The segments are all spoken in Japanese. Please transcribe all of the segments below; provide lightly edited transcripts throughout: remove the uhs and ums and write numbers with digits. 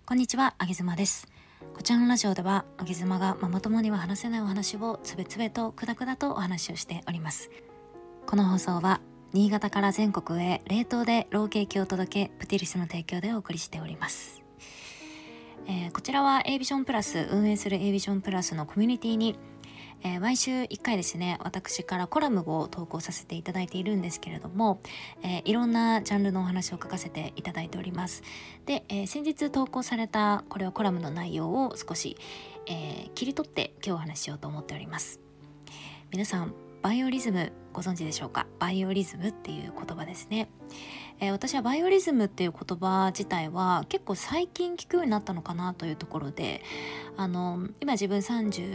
こんにちは、あげずまです。こちらのラジオではあげずまがママ友には話せないお話をつべつべとくだくだとお話をしております。この放送は新潟から全国へ冷凍でローケーキを届け、プティリスの提供でお送りしております。こちらは A ビジョンプラス運営する A ビジョンプラスのコミュニティに毎週1回ですね、私からコラムを投稿させていただいているんですけれども、いろんなジャンルのお話を書かせていただいております。で、先日投稿されたこれはコラムの内容を少し、切り取って今日お話ししようと思っております。皆さんバイオリズムご存知でしょうか？バイオリズムっていう言葉ですね。私はバイオリズムっていう言葉自体は結構最近聞くようになったのかなというところで、今自分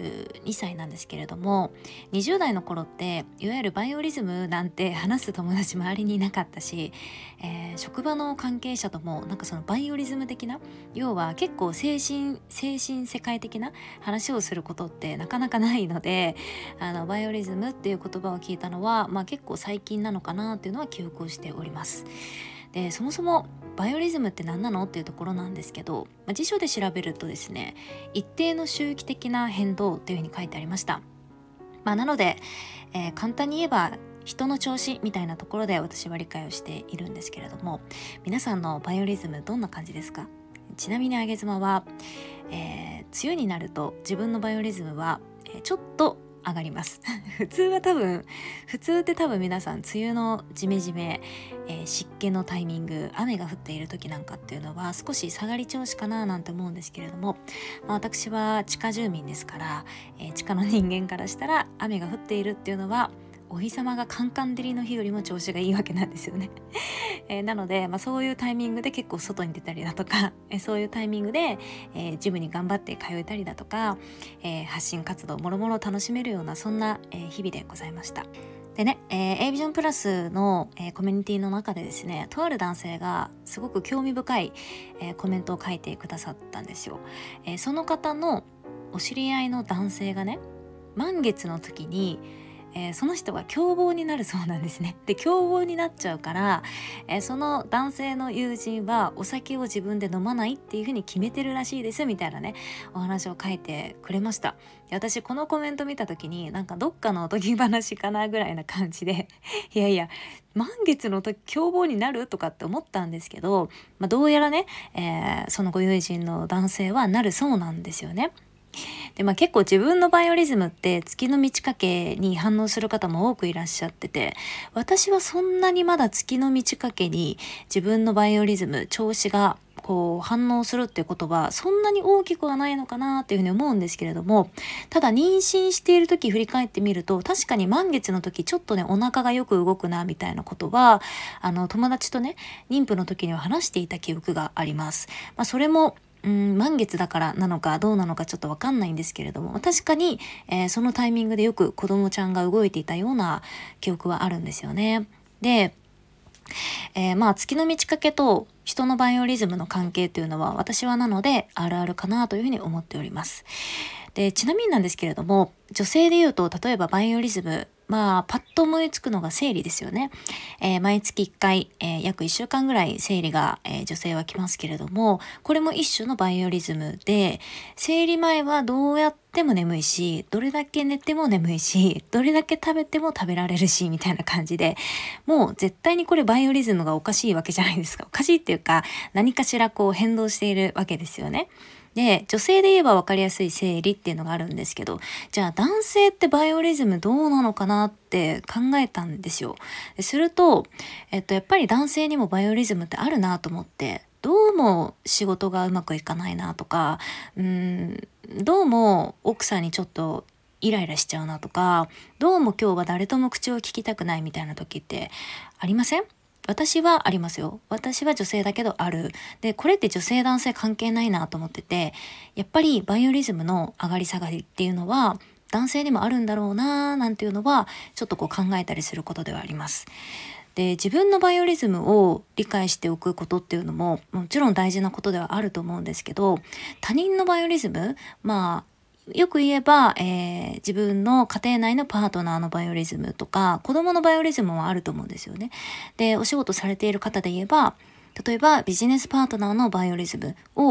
32歳なんですけれども、20代の頃っていわゆるバイオリズムなんて話す友達周りにいなかったし、職場の関係者ともなんかそのバイオリズム的な、要は結構精神世界的な話をすることってなかなかないので、バイオリズムっていう言葉を聞いたのは、結構最近なのかなっていうのは記憶をしております。で、そもそもバイオリズムって何なのっていうところなんですけど、辞書で調べるとですね、一定の周期的な変動っていうふうに書いてありました。なので、簡単に言えば人の調子みたいなところで私は理解をしているんですけれども、皆さんのバイオリズムどんな感じですか？ちなみにあげずまは、梅雨になると自分のバイオリズムは、ちょっと上がります普通って多分皆さん梅雨のジメジメ、湿気のタイミング、雨が降っている時なんかっていうのは少し下がり調子かななんて思うんですけれども、私は地下住民ですから、地下の人間からしたら雨が降っているっていうのはお日様がカンカン照りの日よりも調子がいいわけなんですよねなので、そういうタイミングで結構外に出たりだとか、そういうタイミングで、ジムに頑張って通えたりだとか、発信活動もろもろ楽しめるようなそんな、日々でございました。でね、A ビジョンプラスの、コミュニティの中でですね、とある男性がすごく興味深い、コメントを書いてくださったんですよ。その方のお知り合いの男性がね、満月の時にその人が凶暴になるそうなんですね。で、凶暴になっちゃうから、その男性の友人はお酒を自分で飲まないっていうふうに決めてるらしいですみたいなね、お話を書いてくれました。で、私このコメント見た時になんかどっかのおとぎ話かなぐらいな感じでいやいや、満月の時凶暴になるとかって思ったんですけど、どうやらね、そのご友人の男性はなるそうなんですよね。で、結構自分のバイオリズムって月の満ち欠けに反応する方も多くいらっしゃってて、私はそんなにまだ月の満ち欠けに自分のバイオリズム、調子がこう反応するっていうことはそんなに大きくはないのかなっていうふうに思うんですけれども、ただ妊娠している時振り返ってみると、確かに満月の時ちょっとねお腹がよく動くなみたいなことは友達とね妊婦の時には話していた記憶があります。それも満月だからなのかどうなのかちょっとわかんないんですけれども、確かに、そのタイミングでよく子供ちゃんが動いていたような記憶はあるんですよね。で、月の満ち欠けと人のバイオリズムの関係というのは私はなのであるあるかなというふうに思っております。で、ちなみになんですけれども、女性で言うと例えばバイオリズム、パッと思いつくのが生理ですよね。毎月1回、約1週間ぐらい生理が、女性は来ますけれども、これも一種のバイオリズムで、生理前はどうやっても眠いし、どれだけ寝ても眠いし、どれだけ食べても食べられるしみたいな感じで、もう絶対にこれバイオリズムがおかしいわけじゃないですか。おかしいっていうか、何かしらこう変動しているわけですよね。で、女性で言えば分かりやすい生理っていうのがあるんですけど、じゃあ男性ってバイオリズムどうなのかなって考えたんですよ。すると、やっぱり男性にもバイオリズムってあるなと思って、どうも仕事がうまくいかないなとか、どうも奥さんにちょっとイライラしちゃうなとか、どうも今日は誰とも口を聞きたくないみたいな時ってありません？私はありますよ。私は女性だけどある。で、これって女性男性関係ないなと思ってて、やっぱりバイオリズムの上がり下がりっていうのは男性にもあるんだろうななんていうのはちょっとこう考えたりすることではあります。で、自分のバイオリズムを理解しておくことっていうのももちろん大事なことではあると思うんですけど、他人のバイオリズム、よく言えば、自分の家庭内のパートナーのバイオリズムとか子供のバイオリズムもあると思うんですよね。で、お仕事されている方で言えば、例えばビジネスパートナーのバイオリズムを、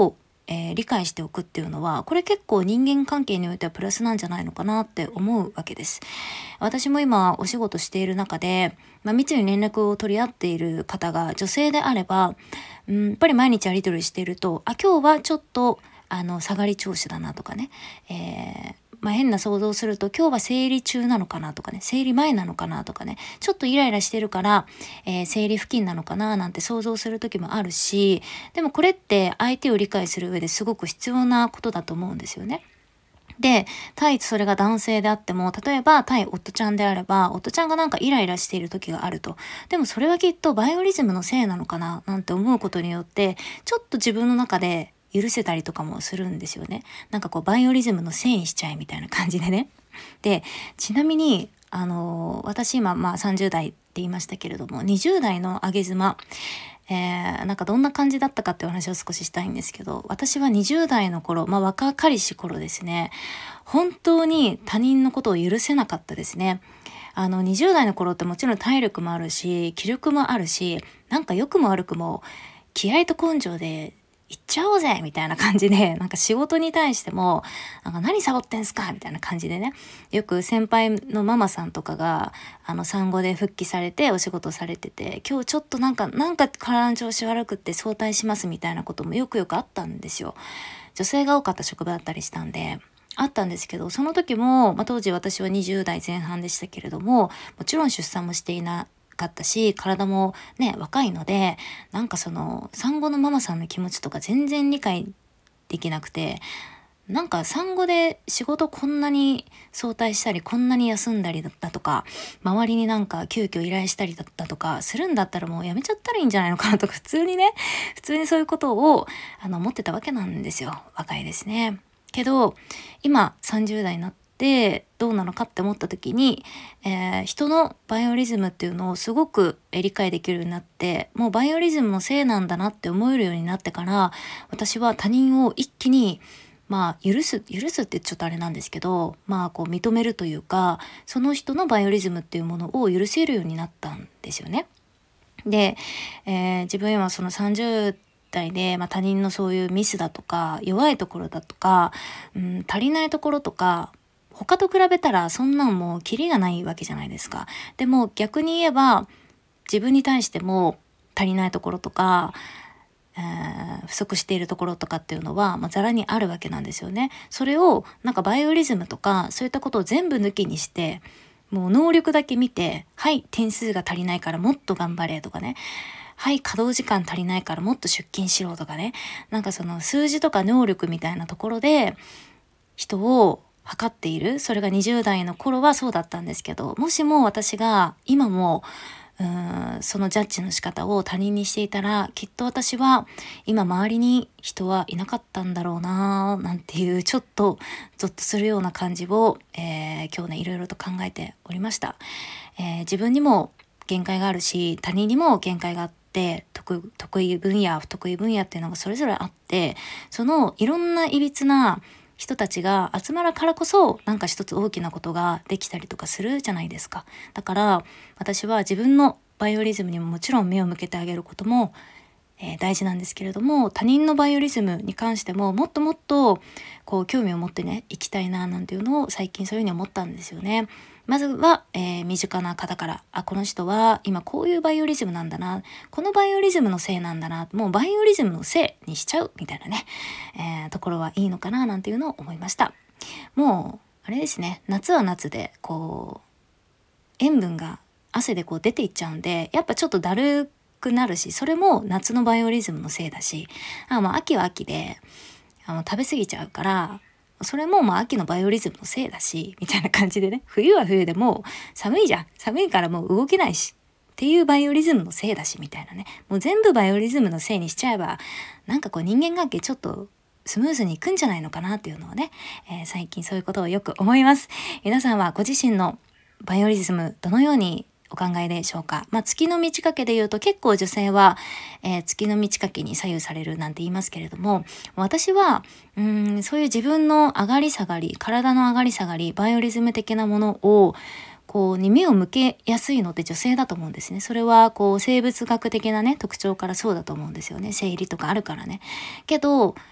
理解しておくっていうのは、これ結構人間関係においてはプラスなんじゃないのかなって思うわけです。私も今お仕事している中で、密に連絡を取り合っている方が女性であれば、やっぱり毎日やり取りしていると、今日はちょっと下がり調子だなとかね、変な想像すると今日は生理中なのかなとかね、生理前なのかなとかね、ちょっとイライラしてるから、生理付近なのかななんて想像する時もあるし、でもこれって相手を理解する上ですごく必要なことだと思うんですよね。で、対それが男性であっても、例えば対夫ちゃんであれば、夫ちゃんがなんかイライラしている時があると。でもそれはきっとバイオリズムのせいなのかななんて思うことによって、ちょっと自分の中で許せたりとかもするんですよね。なんかこうバイオリズムのせいにしちゃえみたいな感じでね。で、ちなみに、私今30代って言いましたけれども、20代の上げ妻、なんかどんな感じだったかっていう話を少ししたいんですけど、私は20代の頃、若かりし頃ですね、本当に他人のことを許せなかったですね。20代の頃ってもちろん体力もあるし、気力もあるし、なんか良くも悪くも気合と根性で行っちゃおうぜみたいな感じで、なんか仕事に対しても、なんか何サボってんすかみたいな感じでね、よく先輩のママさんとかが、産後で復帰されてお仕事されてて、今日ちょっとなんか体の調子悪くって早退しますみたいなこともよくあったんですよ。女性が多かった職場だったりしたんで、あったんですけど、その時も、当時私は20代前半でしたけれども、もちろん出産もしていなかったし、体もね、若いので、なんかその、産後のママさんの気持ちとか全然理解できなくて、なんか産後で仕事こんなに早退したり、こんなに休んだりだったとか、周りになんか急遽依頼したりだったとか、するんだったらもうやめちゃったらいいんじゃないのかなとか、普通にそういうことを、思ってたわけなんですよ。若いですね。けど、今30代になってどうなのかって思った時に、人のバイオリズムっていうのをすごく理解できるようになって、もうバイオリズムのせいなんだなって思えるようになってから、私は他人を一気に許すってちょっとあれなんですけど、こう認めるというか、その人のバイオリズムっていうものを許せるようになったんですよね。で、自分はその30代で、他人のそういうミスだとか、弱いところだとか、足りないところとか、他と比べたらそんなんもうキリがないわけじゃないですか。でも逆に言えば、自分に対しても足りないところとか、不足しているところとかっていうのは、ざらにあるわけなんですよね。それをなんかバイオリズムとかそういったことを全部抜きにして、もう能力だけ見て、はい、点数が足りないからもっと頑張れとかね。はい、稼働時間足りないからもっと出勤しろとかね。なんかその数字とか能力みたいなところで人を測っている。それが20代の頃はそうだったんですけど、もしも私が今もそのジャッジの仕方を他人にしていたら、きっと私は今周りに人はいなかったんだろうななんていう、ちょっとゾッとするような感じを、今日ねいろいろと考えておりました。自分にも限界があるし、他人にも限界があって、得意分野不得意分野っていうのがそれぞれあって、そのいろんないびつな人たちが集まるからこそ、なんか一つ大きなことができたりとかするじゃないですか。だから私は自分のバイオリズムにももちろん目を向けてあげることも、大事なんですけれども、他人のバイオリズムに関してももっともっとこう興味を持ってねいきたいななんていうのを最近そういうふうに思ったんですよね。まずは、身近な方から、この人は今こういうバイオリズムなんだな、このバイオリズムのせいなんだな、もうバイオリズムのせいにしちゃうみたいなね、ところはいいのかななんていうのを思いました。もうあれですね、夏は夏でこう塩分が汗でこう出ていっちゃうんで、やっぱちょっとだるくなるし、それも夏のバイオリズムのせいだし、秋は秋で食べ過ぎちゃうから、それも秋のバイオリズムのせいだし、みたいな感じでね、冬は冬でもう寒いじゃん。寒いからもう動けないし、っていうバイオリズムのせいだし、みたいなね。もう全部バイオリズムのせいにしちゃえば、なんかこう人間関係ちょっとスムーズにいくんじゃないのかなっていうのをね、最近そういうことをよく思います。皆さんはご自身のバイオリズムどのようにお考えでしょうか。月の満ち欠けで言うと結構女性は、月の満ち欠けに左右されるなんて言いますけれども、私はそういう自分の上がり下がり、体の上がり下がり、バイオリズム的なものをに目を向けやすいのって女性だと思うんですね。それは生物学的なね特徴からそうだと思うんですよね。生理とかあるからね。けど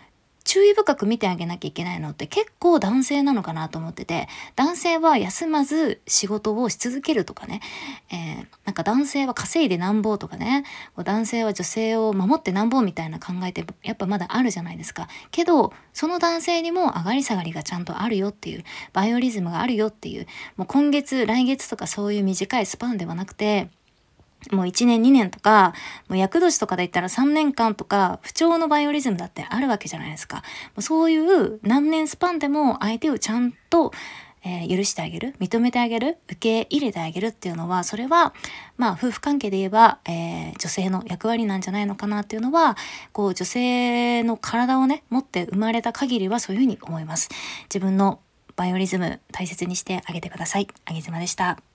注意深く見てあげなきゃいけないのって結構男性なのかなと思ってて、男性は休まず仕事をし続けるとかね、なんか男性は稼いでなんぼとかね、男性は女性を守ってなんぼみたいな考えってやっぱまだあるじゃないですか。けどその男性にも上がり下がりがちゃんとあるよっていう、バイオリズムがあるよっていう、もう今月来月とかそういう短いスパンではなくて、もう1年2年とか、もう厄年とかで言ったら3年間とか不調のバイオリズムだってあるわけじゃないですか。もうそういう何年スパンでも相手をちゃんと、許してあげる、認めてあげる、受け入れてあげるっていうのは、それはまあ夫婦関係で言えば、女性の役割なんじゃないのかなっていうのは、こう女性の体をね持って生まれた限りはそういうふうに思います。自分のバイオリズム大切にしてあげてください。あげずまでした。